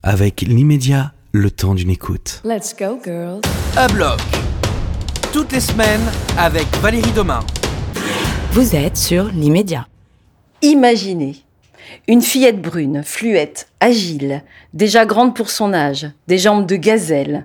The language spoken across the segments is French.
Avec l'immédiat, le temps d'une écoute. Let's go, girls. À bloc. Toutes les semaines avec Valérie Domin. Vous êtes sur l'immédiat. Imaginez une fillette brune, fluette, agile, déjà grande pour son âge, des jambes de gazelle,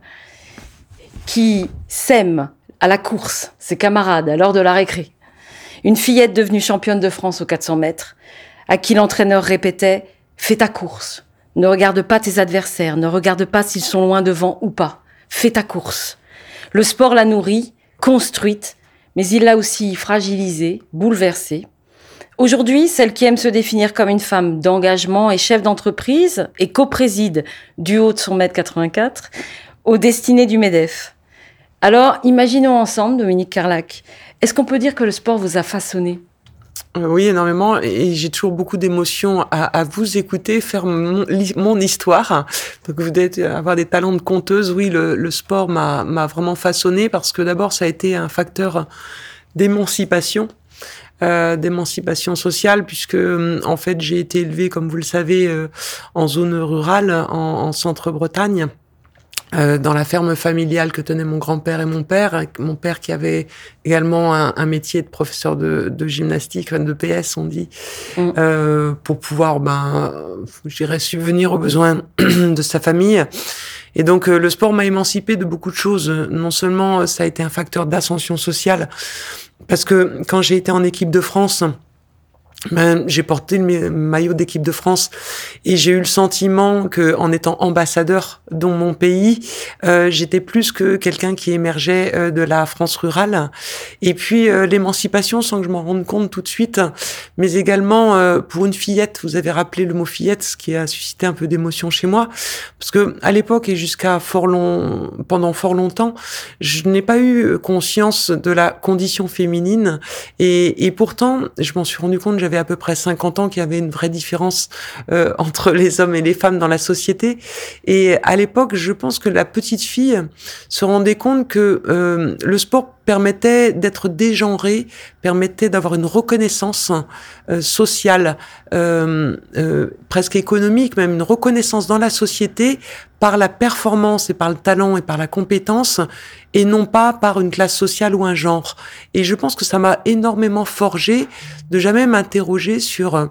qui sème à la course ses camarades à l'heure de la récré. Une fillette devenue championne de France aux 400 mètres, à qui l'entraîneur répétait « Fais ta course, ne regarde pas tes adversaires, ne regarde pas s'ils sont loin devant ou pas, fais ta course ». Le sport l'a nourrie, construite, mais il l'a aussi fragilisée, bouleversée. Aujourd'hui, celle qui aime se définir comme une femme d'engagement et chef d'entreprise et co-préside du haut de son 1m84 aux destinées du MEDEF. Alors, imaginons ensemble, Dominique Carlac, est-ce qu'on peut dire que le sport vous a façonné ? Oui, énormément. Et j'ai toujours beaucoup d'émotions à vous écouter, faire mon histoire. Donc, vous devez avoir des talents de conteuse. Oui, le sport m'a vraiment façonnée parce que d'abord, ça a été un facteur d'émancipation sociale, puisque en fait j'ai été élevée, comme vous le savez, en zone rurale, en Centre-Bretagne, dans la ferme familiale que tenaient mon grand-père et mon père qui avait également un métier de professeur de gymnastique, de PS on dit, pour pouvoir je dirais subvenir aux besoins de sa famille. Et donc le sport m'a émancipée de beaucoup de choses. Non seulement ça a été un facteur d'ascension sociale, parce que quand j'ai été en équipe de France, j'ai porté le maillot d'équipe de France et j'ai eu le sentiment que, en étant ambassadeur dans mon pays, j'étais plus que quelqu'un qui émergeait de la France rurale. Et puis l'émancipation, sans que je m'en rende compte tout de suite, mais également pour une fillette. Vous avez rappelé le mot fillette, ce qui a suscité un peu d'émotion chez moi, parce que à l'époque et pendant fort longtemps, je n'ai pas eu conscience de la condition féminine et pourtant je m'en suis rendu compte. J'avais à peu près 50 ans qu'il y avait une vraie différence entre les hommes et les femmes dans la société. Et à l'époque, je pense que la petite fille se rendait compte que le sport permettait d'être dégenré, permettait d'avoir une reconnaissance sociale, presque économique, même une reconnaissance dans la société par la performance et par le talent et par la compétence, et non pas par une classe sociale ou un genre. Et je pense que ça m'a énormément forgé de jamais m'interroger sur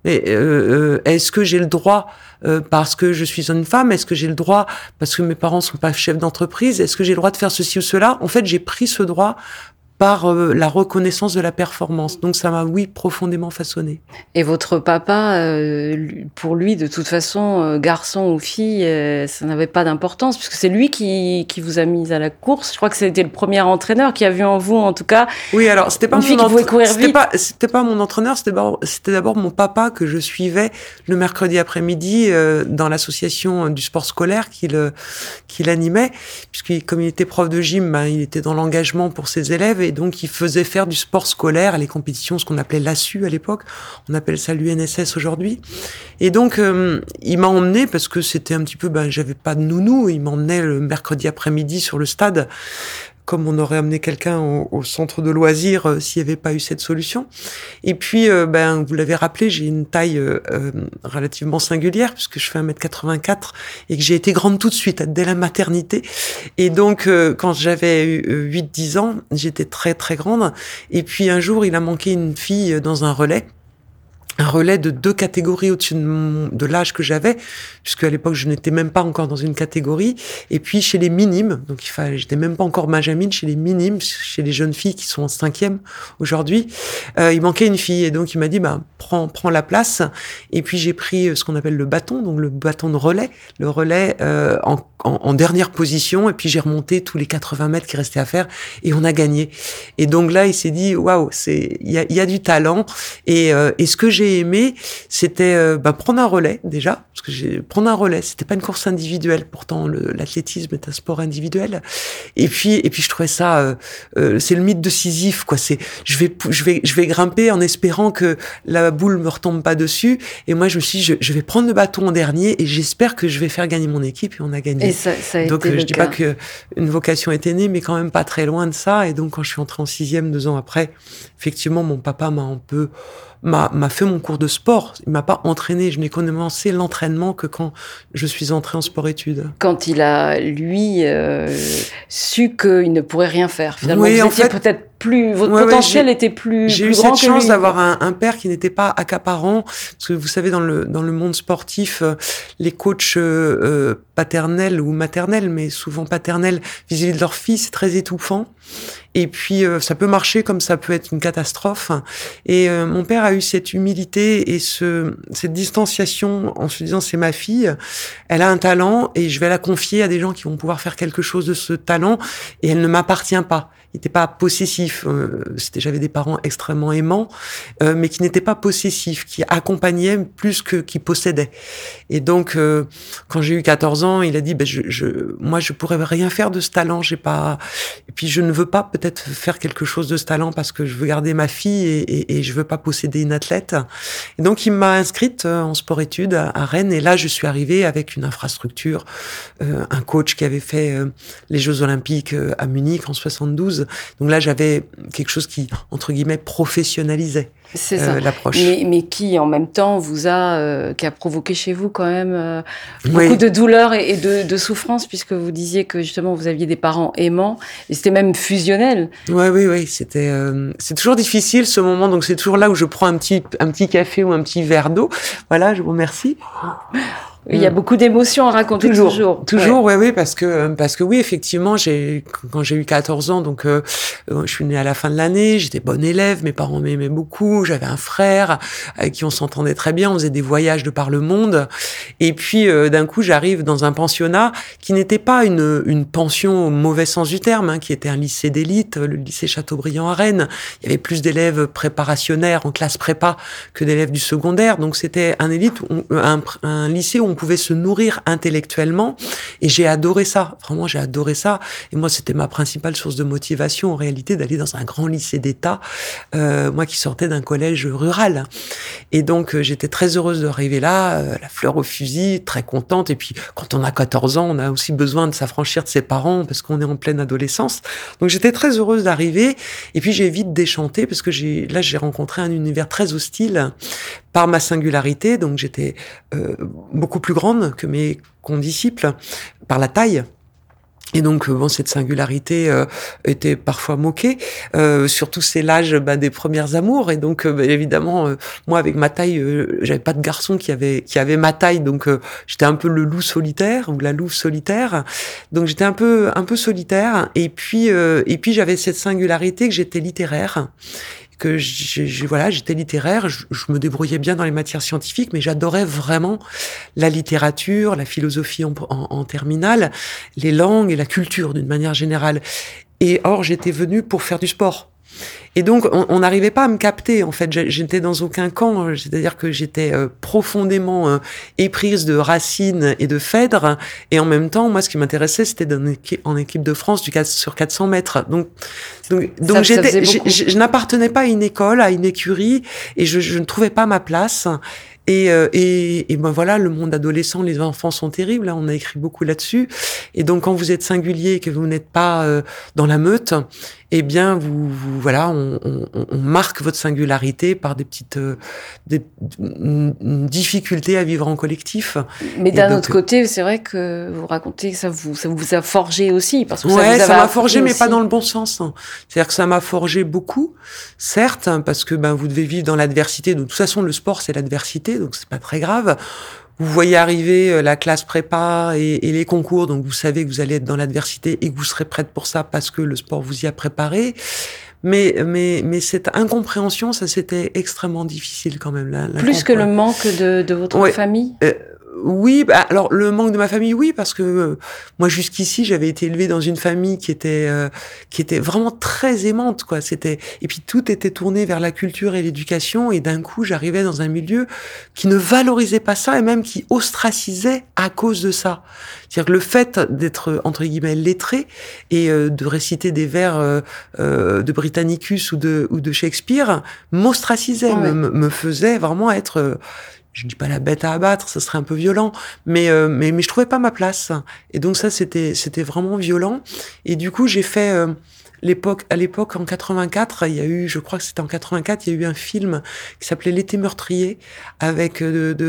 est-ce que j'ai le droit parce que je suis une femme, est-ce que j'ai le droit parce que mes parents sont pas chefs d'entreprise, est-ce que j'ai le droit de faire ceci ou cela. En fait, j'ai pris ce droit par la reconnaissance de la performance. Donc ça m'a, oui, profondément façonné. Et votre papa, pour lui, de toute façon, garçon ou fille, ça n'avait pas d'importance, puisque c'est lui qui vous a mise à la course. Je crois que c'était le premier entraîneur qui a vu en vous, en tout cas, oui, alors c'était pas une fille qui pouvait courir vite. C'était pas mon entraîneur, c'était d'abord mon papa que je suivais le mercredi après-midi dans l'association du sport scolaire qu'il animait, puisque comme il était prof de gym, il était dans l'engagement pour ses élèves. Et donc, il faisait faire du sport scolaire, les compétitions, ce qu'on appelait l'ASU à l'époque. On appelle ça l'UNSS aujourd'hui. Et donc, il m'a emmené parce que c'était un petit peu, j'avais pas de nounou. Il m'emmenait le mercredi après-midi sur le stade, comme on aurait amené quelqu'un au centre de loisirs s'il n'y avait pas eu cette solution. Et puis, vous l'avez rappelé, j'ai une taille relativement singulière, puisque je fais 1m84 et que j'ai été grande tout de suite, dès la maternité. Et donc, quand j'avais 8-10 ans, j'étais très, très grande. Et puis, un jour, il a manqué une fille dans un relais de 2 catégories au-dessus de l'âge que j'avais, puisque à l'époque je n'étais même pas encore dans une catégorie. Et puis chez les minimes, donc j'étais même pas encore benjamine, chez les minimes, chez les jeunes filles qui sont en 5e aujourd'hui, il manquait une fille. Et donc il m'a dit prends la place. Et puis j'ai pris ce qu'on appelle le bâton, donc le bâton de relais, le relais en dernière position. Et puis j'ai remonté tous les 80 mètres qui restaient à faire et on a gagné. Et donc là il s'est dit waouh, il y a du talent. Et ce que j'ai aimé, c'était prendre un relais déjà, parce que prendre un relais, c'était pas une course individuelle, pourtant l'athlétisme est un sport individuel. Et puis je trouvais ça, c'est le mythe de Sisyphe, quoi. C'est je vais grimper en espérant que la boule me retombe pas dessus. Et moi je me suis dit, je vais prendre le bâton en dernier et j'espère que je vais faire gagner mon équipe. Et on a gagné. Et ça a donc été je le dis cas. pas que une vocation était née, mais quand même pas très loin de ça. Et donc quand je suis entrée en 6e 2 ans après, effectivement mon papa m'a un peu m'a fait mon cours de sport. Il m'a pas entraîné. Je n'ai commencé l'entraînement que quand je suis entrée en sport-études. Quand il a, lui, su qu'il ne pourrait rien faire. Finalement, Oui, vous en étiez fait, peut-être plus... Votre potentiel était j'ai plus eu grand cette que chance lui. d'avoir un père qui n'était pas accaparant. Parce que vous savez, dans le monde sportif, les coachs paternels ou maternels, mais souvent paternels, vis-à-vis de leur fille, c'est très étouffant. Et puis, ça peut marcher comme ça peut être une catastrophe. Et mon père a eu cette humilité et cette distanciation en se disant, c'est ma fille, elle a un talent et je vais la confier à des gens qui vont pouvoir faire quelque chose de ce talent et elle ne m'appartient pas. Il n'était pas possessif. J'avais des parents extrêmement aimants, mais qui n'étaient pas possessifs, qui accompagnaient plus qui possédaient. Et donc, quand j'ai eu 14 ans, il a dit, moi, je pourrais rien faire de ce talent. Et puis, je ne veux pas peut-être faire quelque chose de ce talent parce que je veux garder ma fille et je veux pas posséder une athlète. Et donc, il m'a inscrite en sport-études à Rennes. Et là, je suis arrivée avec une infrastructure, un coach qui avait fait les Jeux Olympiques à Munich en 72. Donc là, j'avais quelque chose qui, entre guillemets, professionnalisait l'approche. Mais qui, en même temps, qui a provoqué chez vous quand même Oui. beaucoup de douleur et de souffrance, puisque vous disiez que justement vous aviez des parents aimants et c'était même fusionnel. Oui. C'est toujours difficile ce moment, donc c'est toujours là où je prends un petit café ou un petit verre d'eau. Voilà, je vous remercie. Il y a beaucoup d'émotions à raconter toujours. Toujours, oui, parce que oui, effectivement, quand j'ai eu 14 ans, donc je suis née à la fin de l'année, j'étais bonne élève, mes parents m'aimaient beaucoup, j'avais un frère avec qui on s'entendait très bien, on faisait des voyages de par le monde, et puis d'un coup, j'arrive dans un pensionnat qui n'était pas une pension au mauvais sens du terme, qui était un lycée d'élite, le lycée Chateaubriand à Rennes. Il y avait plus d'élèves préparationnaires en classe prépa que d'élèves du secondaire, donc c'était un lycée où on pouvait se nourrir intellectuellement et j'ai adoré ça. Vraiment, j'ai adoré ça. Et moi, c'était ma principale source de motivation en réalité d'aller dans un grand lycée d'État, moi qui sortais d'un collège rural. Et donc, j'étais très heureuse d'arriver là, la fleur au fusil, très contente. Et puis, quand on a 14 ans, on a aussi besoin de s'affranchir de ses parents parce qu'on est en pleine adolescence. Donc, j'étais très heureuse d'arriver. Et puis, j'ai vite déchanté parce que j'ai rencontré un univers très hostile par ma singularité. Donc, j'étais beaucoup plus grande que mes condisciples par la taille. Et donc, cette singularité était parfois moquée. Surtout, c'est l'âge des premières amours. Et donc, évidemment, moi, avec ma taille, j'avais pas de garçon qui avait ma taille. Donc, j'étais un peu le loup solitaire ou la louve solitaire. Donc, j'étais un peu solitaire. Et puis, j'avais cette singularité que j'étais littéraire. Que j'étais littéraire, je me débrouillais bien dans les matières scientifiques, mais j'adorais vraiment la littérature, la philosophie en terminale, les langues et la culture d'une manière générale. Et or, j'étais venue pour faire du sport. Et donc, on n'arrivait pas à me capter, en fait. J'étais dans aucun camp, c'est-à-dire que j'étais profondément éprise de Racine et de Phèdre, et en même temps, moi, ce qui m'intéressait, c'était en équipe de France sur 400 mètres. Donc je n'appartenais pas à une école, à une écurie, et je ne trouvais pas ma place. Et voilà, le monde adolescent, les enfants sont terribles, on a écrit beaucoup là-dessus. Et donc, quand vous êtes singulier et que vous n'êtes pas dans la meute, eh bien, on marque votre singularité par des petites une difficulté à vivre en collectif. Mais d'un autre côté, c'est vrai que vous racontez que ça vous a forgé aussi, parce que ça m'a forgé, mais pas dans le bon sens. C'est-à-dire que ça m'a forgé beaucoup, certes, parce que vous devez vivre dans l'adversité. De toute façon, le sport, c'est l'adversité, donc c'est pas très grave. Vous voyez arriver la classe prépa et les concours, donc vous savez que vous allez être dans l'adversité et que vous serez prête pour ça parce que le sport vous y a préparé. Mais cette incompréhension, ça c'était extrêmement difficile quand même. Plus que le manque de votre famille. Oui, alors le manque de ma famille, oui, parce que moi jusqu'ici j'avais été élevée dans une famille qui était vraiment très aimante, quoi. Et puis tout était tourné vers la culture et l'éducation, et d'un coup j'arrivais dans un milieu qui ne valorisait pas ça et même qui ostracisait à cause de ça. C'est-à-dire que le fait d'être entre guillemets lettré et de réciter des vers de Britannicus ou de Shakespeare m'ostracisait, me faisait vraiment être je dis pas la bête à abattre, ça serait un peu violent, mais je trouvais pas ma place. Et donc ça, c'était vraiment violent. Et du coup, j'ai fait à l'époque, en 84, il y a eu, je crois que c'était en 84, il y a eu un film qui s'appelait L'été meurtrier avec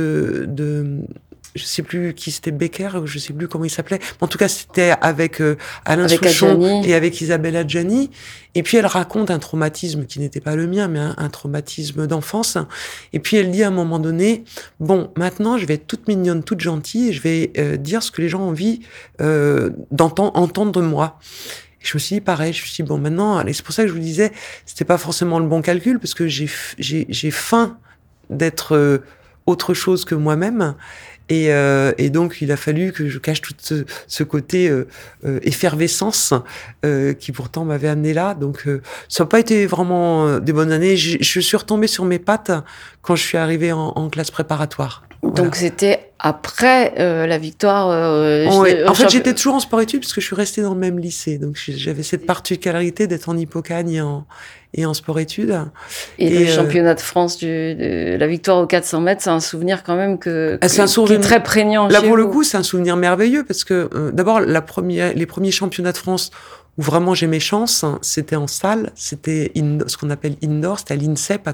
je sais plus qui c'était, Becker, ou je sais plus comment il s'appelait. En tout cas, c'était avec Alain Souchon Adjani. et avec Isabelle Adjani. Et puis elle raconte un traumatisme qui n'était pas le mien, mais un traumatisme d'enfance. Et puis elle dit à un moment donné, bon, maintenant je vais être toute mignonne, toute gentille, et je vais dire ce que les gens ont envie entendre de moi. Et je me suis dit pareil, je me suis dit bon, maintenant, allez, c'est pour ça que je vous disais, c'était pas forcément le bon calcul, parce que j'ai faim d'être autre chose que moi-même. Et donc, il a fallu que je cache tout ce côté effervescence qui pourtant m'avait amené là. Donc, ça n'a pas été vraiment des bonnes années. Je suis retombée sur mes pattes quand je suis arrivée en classe préparatoire. Donc Voilà. c'était après la victoire. Ouais. En fait, j'étais toujours en sport-études parce que je suis restée dans le même lycée. Donc, j'avais cette particularité d'être en Hippocagne et en sport-études. Et le championnat de France, la victoire aux 400 mètres, c'est un souvenir quand même c'est un souvenir qui est très prégnant. Là, chez pour le vous. coup, c'est un souvenir merveilleux parce que, d'abord, les premiers championnats de France où vraiment j'ai mes chances, c'était en salle, c'était ce qu'on appelle indoor, c'était à l'INSEP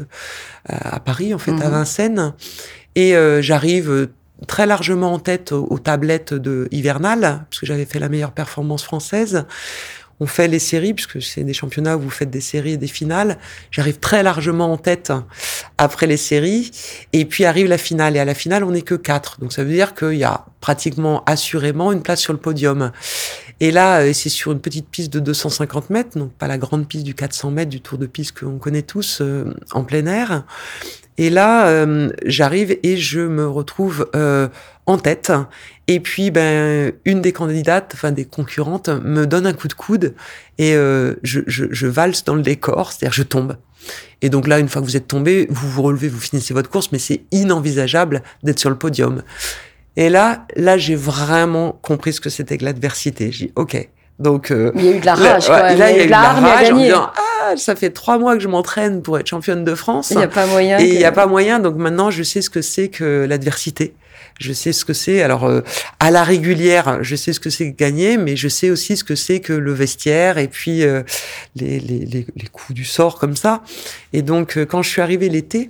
à Paris, en fait, à Vincennes. Et j'arrive très largement en tête aux tablettes hivernales, puisque j'avais fait la meilleure performance française. On fait les séries, puisque c'est des championnats où vous faites des séries et des finales. J'arrive très largement en tête après les séries. Et puis arrive la finale. Et à la finale, on n'est que 4. Donc ça veut dire qu'il y a pratiquement assurément une place sur le podium. Et là, c'est sur une petite piste de 250 mètres, donc pas la grande piste du 400 mètres du Tour de piste qu'on connaît tous en plein air. Et là, j'arrive et je me retrouve en tête. Et puis, une des candidates, enfin des concurrentes, me donne un coup de coude et je valse dans le décor, c'est-à-dire je tombe. Et donc là, une fois que vous êtes tombé, vous vous relevez, vous finissez votre course, mais c'est inenvisageable d'être sur le podium. Et là, j'ai vraiment compris ce que c'était que l'adversité. J'ai dit, ok. Donc, il y a eu de la rage, quoi. Là, il y a eu de la rage. En me disant, ça fait 3 mois que je m'entraîne pour être championne de France. Il n'y a pas moyen. Et il n'y a pas moyen. Donc maintenant, je sais ce que c'est que l'adversité. Je sais ce que c'est. Alors, à la régulière, je sais ce que c'est que gagner, mais je sais aussi ce que c'est que le vestiaire et puis les coups du sort comme ça. Et donc, quand je suis arrivée l'été,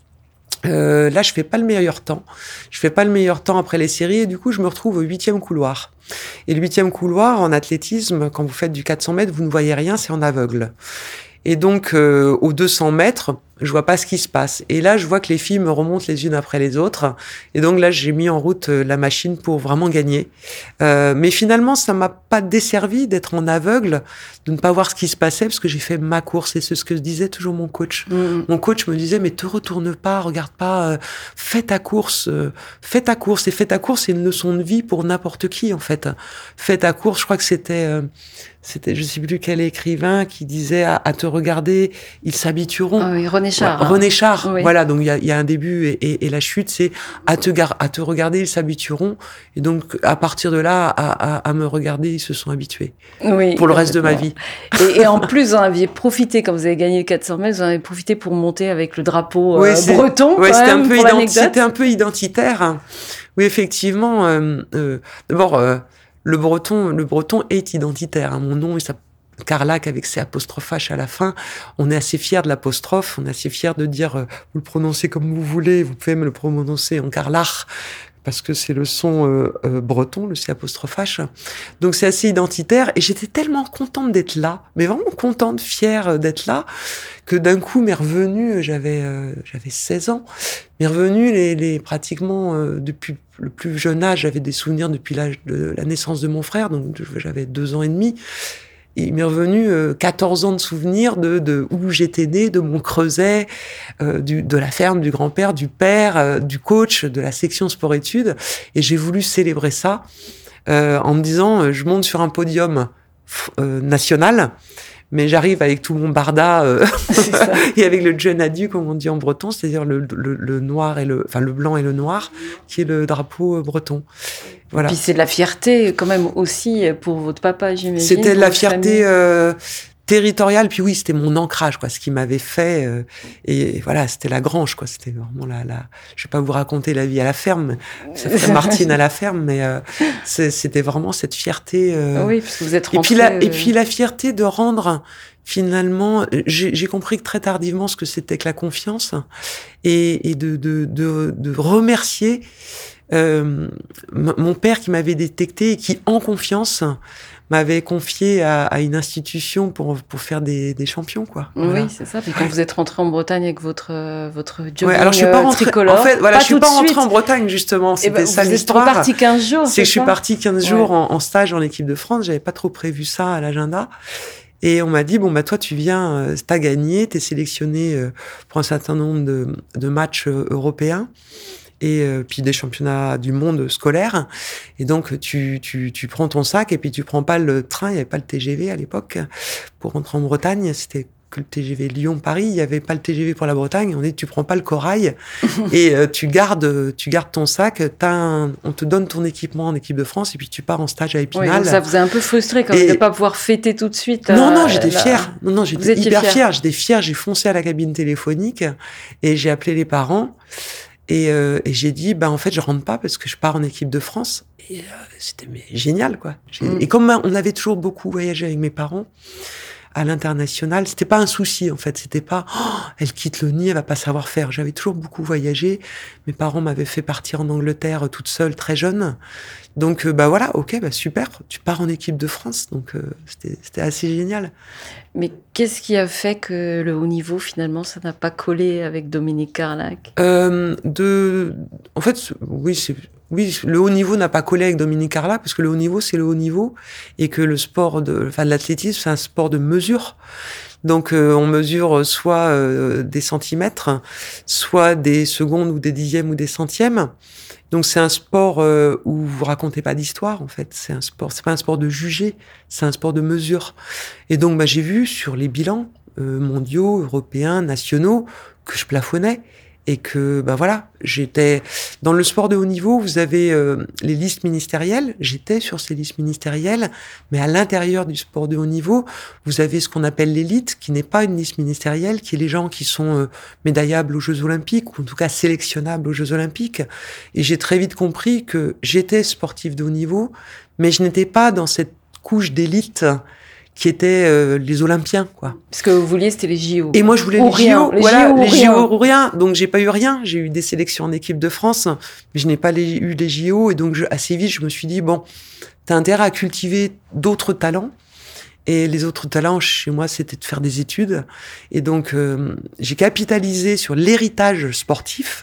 là, je fais pas le meilleur temps. Je fais pas le meilleur temps après les séries et du coup, je me retrouve au 8e couloir. Et le 8e couloir, en athlétisme, quand vous faites du 400 mètres, vous ne voyez rien, c'est en aveugle. Et donc, aux 200 mètres, je vois pas ce qui se passe. Et là, je vois que les filles me remontent les unes après les autres. Et donc là, j'ai mis en route la machine pour vraiment gagner. Mais finalement, ça m'a pas desservi d'être en aveugle, de ne pas voir ce qui se passait, parce que j'ai fait ma course. Et c'est ce que disait toujours mon coach. Mon coach me disait, mais te retourne pas, regarde pas, fais ta course. Fais ta course. Et fais ta course, c'est une leçon de vie pour n'importe qui, en fait. Fais ta course, je crois que c'était, je sais plus quel écrivain qui disait, à te regarder, ils s'habitueront. Ah oui, René Char. Ouais, René Char, oui. Voilà, donc il y a un début et la chute, c'est à te regarder, ils s'habitueront. Et donc, à partir de là, à me regarder, ils se sont habitués. Oui, pour le reste de ma vie. Et en plus, vous en aviez profité, quand vous avez gagné le 400 mètres, vous en avez profité pour monter avec le drapeau breton. Ouais, C'était un peu identitaire. Oui, effectivement. D'abord, le breton est identitaire. Mon nom, il s'appelle Carlac avec ses apostrophes H à la fin. On est assez fiers de l'apostrophe, on est assez fiers de dire, vous le prononcez comme vous voulez, vous pouvez me le prononcer en Carlach, parce que c'est le son breton, le C apostrophe H. Donc c'est assez identitaire, et j'étais tellement contente d'être là, mais vraiment contente, fière d'être là, que d'un coup m'est revenu, j'avais 16 ans, m'est revenu pratiquement depuis le plus jeune âge, j'avais des souvenirs depuis l'âge de la naissance de mon frère, donc j'avais 2 ans et demi. Il m'est revenu 14 ans de souvenirs de où j'étais née, de mon creuset, de la ferme, du grand-père, du père, du coach, de la section sport-études. Et j'ai voulu célébrer ça en me disant, je monte sur un podium national, mais j'arrive avec tout mon barda et avec le djenadu, comme on dit en breton, c'est-à-dire le noir le blanc et le noir, qui est le drapeau breton. Voilà. Puis c'est de la fierté quand même aussi pour votre papa, j'imagine. C'était de la fierté territorial, puis oui, c'était mon ancrage, quoi, ce qui m'avait fait, et voilà, c'était la grange, quoi, c'était vraiment je vais pas vous raconter la vie à la ferme, ça fait Martine à la ferme, mais c'était vraiment cette fierté. Oui, parce que vous êtes rentré. Et puis la fierté de rendre, finalement, j'ai compris que très tardivement ce que c'était que la confiance, et de remercier mon père qui m'avait détecté et qui, en confiance, m'avait confié à une institution pour faire des champions, quoi. Voilà. Oui, c'est ça. Puis quand vous êtes rentré en Bretagne avec votre jogging alors je suis pas rentré, tricolore, en fait, voilà, pas je suis tout pas de rentré suite. en Bretagne, justement. C'était ça l'histoire. Vous êtes reparti 15 jours, c'est que je suis parti 15 jours Ouais. en stage en équipe de France. J'avais pas trop prévu ça à l'agenda. Et on m'a dit, bon, bah, toi, tu viens, t'as gagné, t'es sélectionné pour un certain nombre de matchs européens. Et puis des championnats du monde scolaire, et donc tu prends ton sac et puis tu prends pas le train, il y avait pas le TGV à l'époque pour rentrer en Bretagne, c'était que le TGV Lyon-Paris, il y avait pas le TGV pour la Bretagne, on dit tu prends pas le corail et tu gardes ton sac, on te donne ton équipement en équipe de France et puis tu pars en stage à Épinal. Oui, donc ça vous a un peu frustré quand même de pas pouvoir fêter tout de suite. Non, j'étais fière. Non, j'étais hyper fière. J'étais fière, j'ai foncé à la cabine téléphonique et j'ai appelé les parents. Et j'ai dit, en fait, je rentre pas parce que je pars en équipe de France. Et c'était génial, quoi. Et comme on avait toujours beaucoup voyagé avec mes parents à l'international, c'était pas un souci, en fait. C'était pas, elle quitte le nid, elle va pas savoir faire. J'avais toujours beaucoup voyagé. Mes parents m'avaient fait partir en Angleterre toute seule, très jeune. Donc, voilà, ok, super. Tu pars en équipe de France. Donc, c'était assez génial. Mais qu'est-ce qui a fait que le haut niveau, finalement, ça n'a pas collé avec Dominique Carlac ? En fait, oui, le haut niveau n'a pas collé avec Dominique Carlac parce que le haut niveau, c'est le haut niveau et que le sport de l'athlétisme, c'est un sport de mesure. Donc, on mesure soit des centimètres, soit des secondes ou des dixièmes ou des centièmes. Donc, c'est un sport où vous racontez pas d'histoire, en fait. C'est pas un sport de juger, c'est un sport de mesure. Et donc, j'ai vu sur les bilans mondiaux, européens, nationaux, que je plafonnais. Et que, voilà, j'étais dans le sport de haut niveau, vous avez les listes ministérielles, j'étais sur ces listes ministérielles, mais à l'intérieur du sport de haut niveau, vous avez ce qu'on appelle l'élite, qui n'est pas une liste ministérielle, qui est les gens qui sont médaillables aux Jeux Olympiques, ou en tout cas sélectionnables aux Jeux Olympiques. Et j'ai très vite compris que j'étais sportif de haut niveau, mais je n'étais pas dans cette couche d'élite qui étaient les Olympiens, quoi. Ce que vous vouliez, c'était les JO. Et moi, je voulais les JO, les JO ou rien. Donc, j'ai pas eu rien. J'ai eu des sélections en équipe de France, mais je n'ai pas eu les JO. Et donc, assez vite, je me suis dit, t'as intérêt à cultiver d'autres talents. Et les autres talents, chez moi, c'était de faire des études. Et donc, j'ai capitalisé sur l'héritage sportif.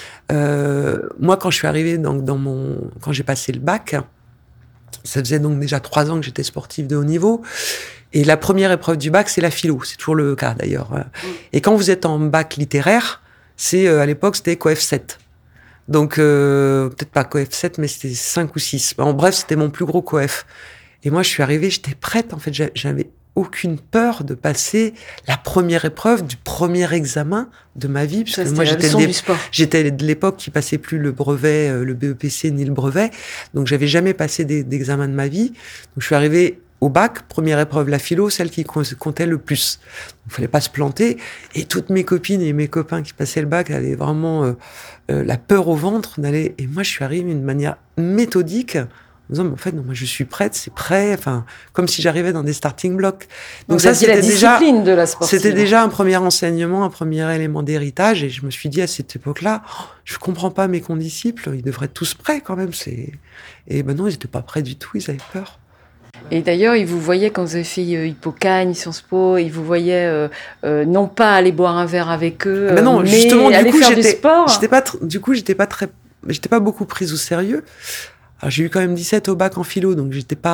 Moi, quand je suis arrivée quand j'ai passé le bac, ça faisait donc déjà 3 ans que j'étais sportif de haut niveau. Et la première épreuve du bac, c'est la philo. C'est toujours le cas, d'ailleurs. Et quand vous êtes en bac littéraire, à l'époque, c'était Coef 7. Donc, peut-être pas Coef 7, mais c'était 5 ou 6. En bref, c'était mon plus gros Coef. Et moi, je suis arrivée, j'étais prête. En fait, j'avais aucune peur de passer la première épreuve du premier examen de ma vie, parce que moi j'étais de l'époque qui passait plus le brevet, le BEPC ni le brevet, donc j'avais jamais passé d'examen de ma vie. Donc je suis arrivée au bac, première épreuve la philo, celle qui comptait le plus. Il fallait pas se planter, et toutes mes copines et mes copains qui passaient le bac avaient vraiment la peur au ventre d'aller. Et moi je suis arrivée d'une manière méthodique. En disant, mais en fait, non, moi, je suis prête, c'est prêt. Enfin, comme si j'arrivais dans des starting blocks. Donc ça, c'était déjà, de la sportive. C'était déjà un premier enseignement, un premier élément d'héritage. Et je me suis dit, à cette époque-là, je comprends pas mes condisciples. Ils devraient être tous prêts, quand même. Et non, ils étaient pas prêts du tout. Ils avaient peur. Et d'ailleurs, ils vous voyaient quand vous avez fait Hippocagne, Sciences Po, ils vous voyaient non pas aller boire un verre avec eux, non, mais justement, aller faire du sport. J'étais pas beaucoup prise au sérieux. Alors, j'ai eu quand même 17 au bac en philo, donc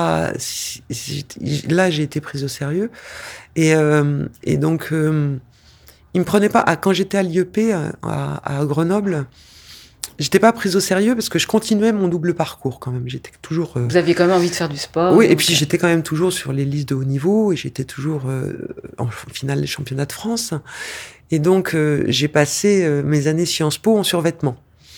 là, j'ai été prise au sérieux. Et donc, ils me prenaient pas, quand j'étais à l'IEP, à Grenoble, j'étais pas prise au sérieux parce que je continuais mon double parcours quand même. J'étais toujours. Vous aviez quand même envie de faire du sport. Oui, et puis j'étais quand même toujours sur les listes de haut niveau et j'étais toujours en finale des championnats de France. Et donc, j'ai passé mes années Sciences Po en survêtement.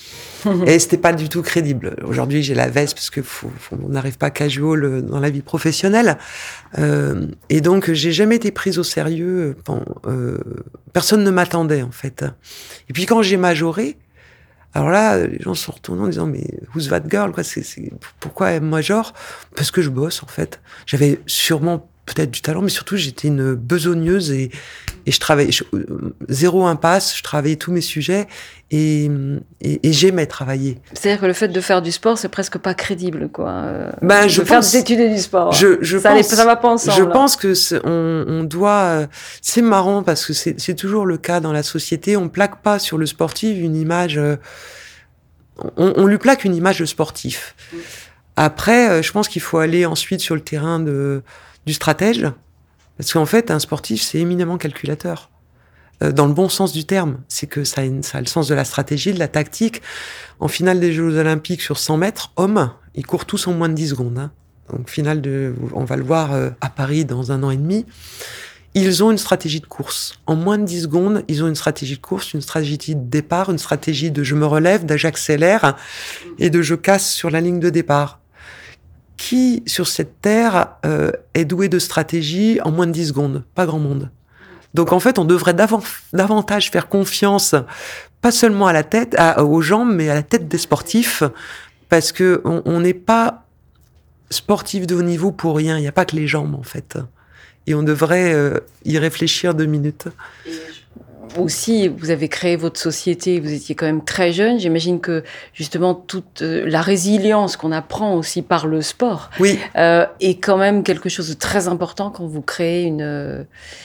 Et c'était pas du tout crédible. Aujourd'hui, j'ai la veste parce que on n'arrive pas casual dans la vie professionnelle. Et donc, j'ai jamais été prise au sérieux. Personne ne m'attendait, en fait. Et puis, quand j'ai majoré, alors là, les gens se sont retournés en disant, mais who's that girl, quoi, pourquoi elle majore? Parce que je bosse, en fait. J'avais sûrement peut-être du talent, mais surtout, j'étais une besogneuse et je travaillais, zéro impasse, je travaillais tous mes sujets et j'aimais travailler. C'est-à-dire que le fait de faire du sport, c'est presque pas crédible, quoi. Je faire pense, des études et du sport. Ça va pas ensemble. Je pense que on doit. C'est marrant parce que c'est toujours le cas dans la société. On plaque pas sur le sportif une image. On lui plaque une image de sportif. Après, je pense qu'il faut aller ensuite sur le terrain du stratège, parce qu'en fait, un sportif, c'est éminemment calculateur. Dans le bon sens du terme, c'est que ça a le sens de la stratégie, de la tactique. En finale des Jeux Olympiques sur 100 mètres, hommes, ils courent tous en moins de 10 secondes. Hein. Donc, on va le voir à Paris dans 1 an et demi. Ils ont une stratégie de course. En moins de 10 secondes, ils ont une stratégie de course, une stratégie de départ, une stratégie de je me relève, de j'accélère et de je casse sur la ligne de départ. Qui, sur cette terre, est doué de stratégie en moins de 10 secondes? Pas grand monde. Donc, en fait, on devrait davantage faire confiance, pas seulement à la tête, aux jambes, mais à la tête des sportifs, parce que on n'est pas sportif de haut niveau pour rien. Il n'y a pas que les jambes, en fait. Et on devrait y réfléchir 2 minutes. Aussi, vous avez créé votre société, vous étiez quand même très jeune. J'imagine que justement toute la résilience qu'on apprend aussi par le sport est quand même quelque chose de très important quand vous créez une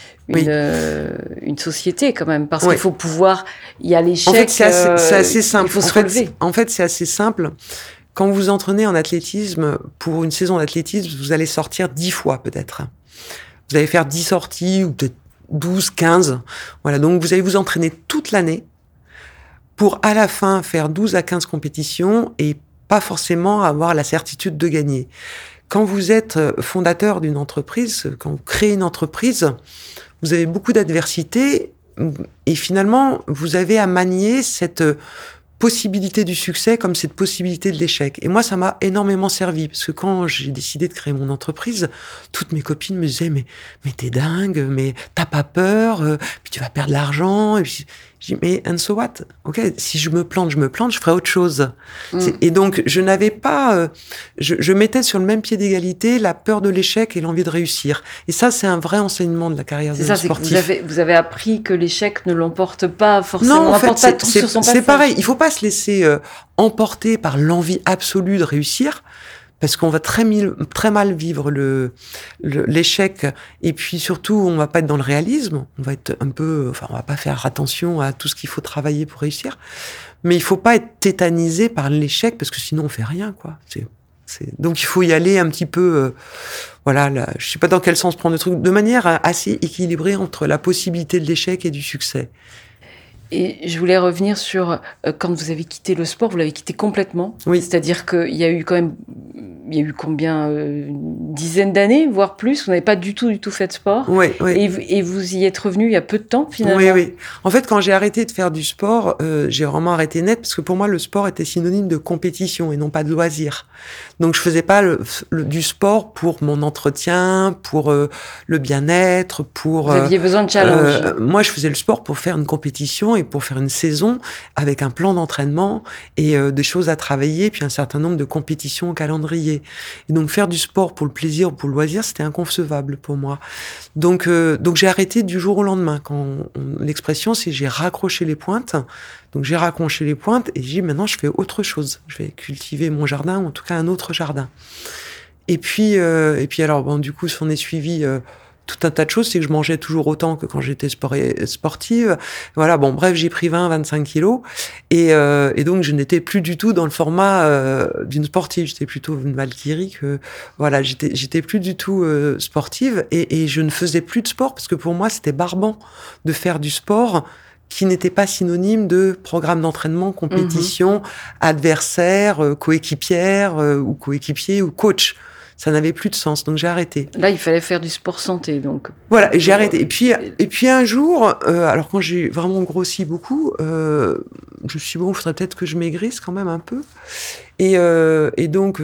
société quand même, parce qu'il faut pouvoir, il y a l'échec. En fait, c'est assez simple. Il faut se relever. En fait, c'est assez simple. Quand vous entraînez en athlétisme, pour une saison d'athlétisme, vous allez sortir 10 fois peut-être. Vous allez faire 10 sorties ou peut-être 12, 15. Voilà, donc vous allez vous entraîner toute l'année pour à la fin faire 12 à 15 compétitions et pas forcément avoir la certitude de gagner. Quand vous êtes fondateur d'une entreprise, quand vous créez une entreprise, vous avez beaucoup d'adversité et finalement, vous avez à manier cette possibilité du succès comme cette possibilité de l'échec. Et moi, ça m'a énormément servi parce que quand j'ai décidé de créer mon entreprise, toutes mes copines me disaient mais t'es dingue, mais t'as pas peur, puis tu vas perdre de l'argent. Et puis je dis mais and so what? Ok, si je me plante, je ferai autre chose. Et donc je n'avais pas, je mettais sur le même pied d'égalité la peur de l'échec et l'envie de réussir. Et ça, c'est un vrai enseignement de la carrière de sportif. C'est ça, vous avez appris que l'échec ne l'emporte pas forcément. Non, en fait, c'est pareil. Il faut pas se laisser emporter par l'envie absolue de réussir, parce qu'on va très mal vivre l'échec, et puis surtout, on va pas être dans le réalisme, on va être on va pas faire attention à tout ce qu'il faut travailler pour réussir, mais il faut pas être tétanisé par l'échec, parce que sinon on fait rien, quoi. Donc il faut y aller un petit peu, je sais pas dans quel sens prendre le truc, de manière assez équilibrée entre la possibilité de l'échec et du succès. Et je voulais revenir sur quand vous avez quitté le sport, vous l'avez quitté complètement. Oui. C'est-à-dire qu'il y a eu combien, une dizaine d'années, voire plus. Vous n'avez pas du tout fait de sport. Oui. Et vous y êtes revenu il y a peu de temps, finalement. Oui. En fait, quand j'ai arrêté de faire du sport, j'ai vraiment arrêté net, parce que pour moi, le sport était synonyme de compétition et non pas de loisir. Donc, je faisais pas du sport pour mon entretien, pour le bien-être, pour... Vous aviez besoin de challenge. Moi, je faisais le sport pour faire une compétition et pour faire une saison avec un plan d'entraînement et des choses à travailler, puis un certain nombre de compétitions au calendrier. Et donc, faire du sport pour le plaisir ou pour le loisir, c'était inconcevable pour moi. Donc j'ai arrêté du jour au lendemain. L'expression, c'est j'ai raccroché les pointes. Donc, j'ai raccroché les pointes et j'ai dit, maintenant, je fais autre chose. Je vais cultiver mon jardin, ou en tout cas un autre jardin. Et puis alors, du coup, s'en est suivi tout un tas de choses, c'est que je mangeais toujours autant que quand j'étais sportive. Voilà, bref, j'ai pris 20-25 kilos. Et donc, je n'étais plus du tout dans le format d'une sportive. J'étais plutôt une valkyrie que, voilà, j'étais plus du tout sportive. Et je ne faisais plus de sport parce que pour moi, c'était barbant de faire du sport qui n'était pas synonyme de programme d'entraînement, compétition, adversaire, coéquipière ou coéquipier ou coach. Ça n'avait plus de sens, donc j'ai arrêté. Là, il fallait faire du sport santé, donc. Voilà, j'ai arrêté. Et puis un jour, alors quand j'ai vraiment grossi beaucoup, je me suis dit, bon, il faudrait peut-être que je maigrisse quand même un peu. Et donc,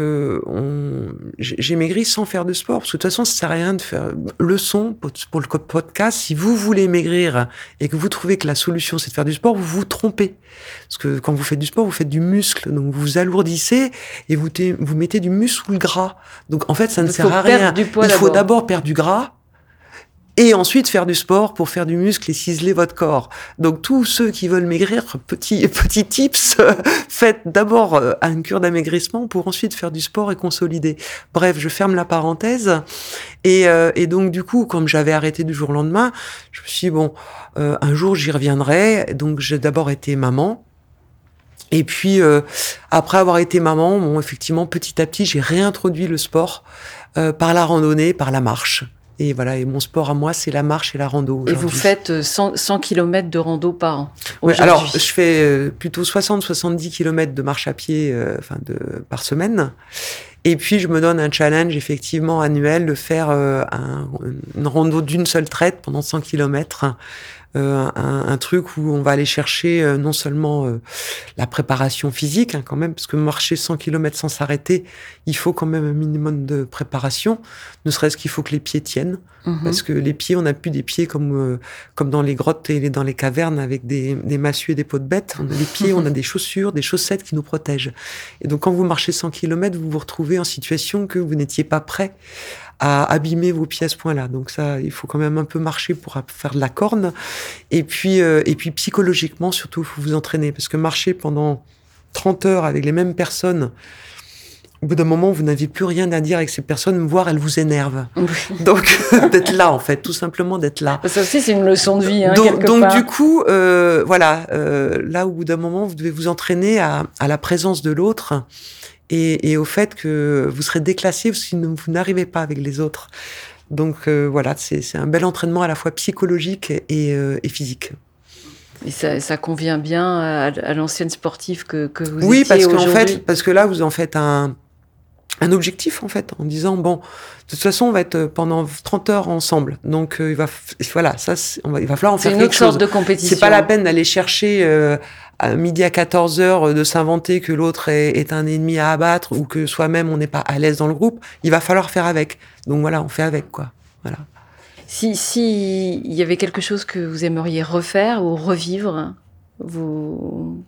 j'ai maigri sans faire de sport. Parce que de toute façon, ça sert à rien de faire leçon pour le podcast. Si vous voulez maigrir et que vous trouvez que la solution, c'est de faire du sport, vous vous trompez. Parce que quand vous faites du sport, vous faites du muscle. Donc, vous vous alourdissez et vous mettez du muscle sous le gras. Donc, en fait, ça ne sert à rien. Il faut d'abord perdre du gras. Et ensuite faire du sport pour faire du muscle et ciseler votre corps. Donc tous ceux qui veulent maigrir, petit tips, faites d'abord une cure d'amaigrissement pour ensuite faire du sport et consolider. Bref, je ferme la parenthèse. Et donc du coup, comme j'avais arrêté du jour au lendemain, je me suis dit, bon, un jour j'y reviendrai. Donc j'ai d'abord été maman. Et puis après avoir été maman, bon, effectivement, petit à petit, j'ai réintroduit le sport par la randonnée, par la marche. Et voilà, et mon sport à moi, c'est la marche et la rando. Et vous faites 100 km de rando par an? Ouais, alors, je fais plutôt 60-70 km de marche à pied par semaine. Et puis, je me donne un challenge, effectivement, annuel, de faire une rando d'une seule traite pendant 100 km. Un truc où on va aller chercher non seulement la préparation physique, quand même, parce que marcher 100 km sans s'arrêter, il faut quand même un minimum de préparation, ne serait-ce qu'il faut que les pieds tiennent, parce que les pieds, on n'a plus des pieds comme dans les grottes et dans les cavernes avec des massues et des peaux de bêtes. On a des pieds, on a des chaussures, des chaussettes qui nous protègent. Et donc quand vous marchez 100 km, vous vous retrouvez en situation que vous n'étiez pas prêt à abîmer vos pieds à ce point-là. Donc ça, il faut quand même un peu marcher pour faire de la corne. Et puis psychologiquement, surtout, il faut vous entraîner. Parce que marcher pendant 30 heures avec les mêmes personnes, au bout d'un moment, vous n'avez plus rien à dire avec ces personnes, voire elles vous énervent. Donc, d'être là, en fait, tout simplement d'être là. Ça aussi, c'est une leçon de vie, donc du coup, là, au bout d'un moment, vous devez vous entraîner à la présence de l'autre et au fait que vous serez déclassé si vous n'arrivez pas avec les autres. Donc, voilà, c'est un bel entraînement à la fois psychologique et physique. Et ça convient bien à l'ancienne sportive que vous étiez Oui, aujourd'hui. parce que là, vous en faites un objectif, en fait, en disant, bon, de toute façon, on va être pendant 30 heures ensemble. Donc, il va falloir en faire quelque chose. C'est une autre sorte de compétition. C'est pas la peine d'aller chercher à midi à 14 heures de s'inventer que l'autre est un ennemi à abattre ou que soi-même, on n'est pas à l'aise dans le groupe. Il va falloir faire avec. Donc, voilà, on fait avec, quoi. Voilà. Si il y avait quelque chose que vous aimeriez refaire ou revivre, vous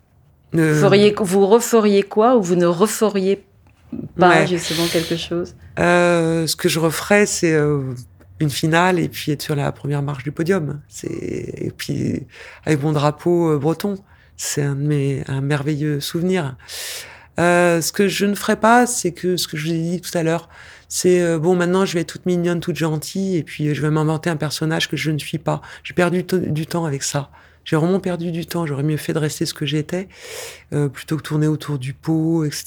referiez quoi ou vous ne referiez pas justement quelque chose? Ce que je referais, c'est une finale et puis être sur la première marche du podium. Et puis avec mon drapeau breton, c'est un merveilleux souvenir. Ce que je ne ferais pas, c'est que ce que je vous ai dit tout à l'heure, c'est bon, maintenant je vais être toute mignonne, toute gentille, et puis je vais m'inventer un personnage que je ne suis pas. J'ai perdu du temps avec ça. J'ai vraiment perdu du temps. J'aurais mieux fait de rester ce que j'étais, plutôt que tourner autour du pot, etc.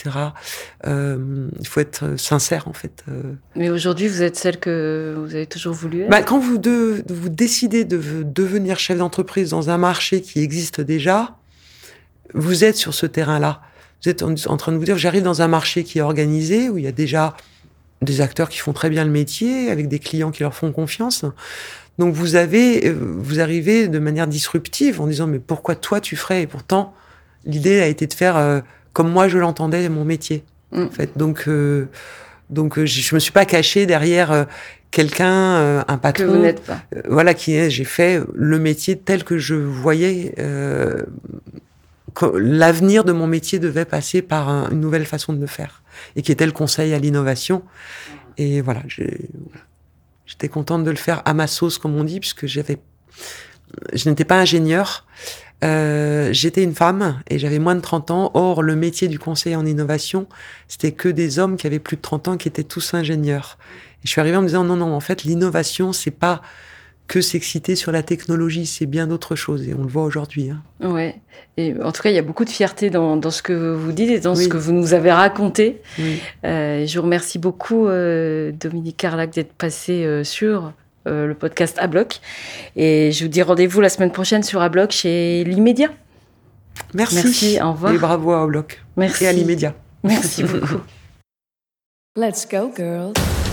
Il faut être sincère, en fait. Mais aujourd'hui, vous êtes celle que vous avez toujours voulu être? Quand vous décidez de devenir chef d'entreprise dans un marché qui existe déjà, vous êtes sur ce terrain-là. Vous êtes en train de vous dire, j'arrive dans un marché qui est organisé, où il y a déjà des acteurs qui font très bien le métier, avec des clients qui leur font confiance. Donc vous arrivez de manière disruptive en disant, mais pourquoi toi tu ferais? Et pourtant, l'idée a été de faire comme moi je l'entendais mon métier. En fait. Donc je me suis pas cachée derrière quelqu'un, un patron. Que vous n'êtes pas. J'ai fait le métier tel que je voyais. L'avenir de mon métier devait passer par une nouvelle façon de le faire, et qui était le conseil à l'innovation. Et voilà, j'étais contente de le faire à ma sauce, comme on dit, puisque je n'étais pas ingénieure, j'étais une femme et j'avais moins de 30 ans. Or, le métier du conseil en innovation, c'était que des hommes qui avaient plus de 30 ans, qui étaient tous ingénieurs. Et je suis arrivée en me disant, non, en fait, l'innovation, c'est pas que s'exciter sur la technologie, c'est bien d'autres choses, et on le voit aujourd'hui. Ouais. Et en tout cas, il y a beaucoup de fierté dans ce que vous dites et dans ce que vous nous avez raconté. Oui. Je vous remercie beaucoup, Dominique Carlac, d'être passé sur le podcast A-Bloc. Et je vous dis rendez-vous la semaine prochaine sur A-Bloc chez l'Immédiat. Merci, au revoir. Et bravo à A-Bloc. Merci. Et à l'Immédiat. Merci beaucoup. Let's go, girls.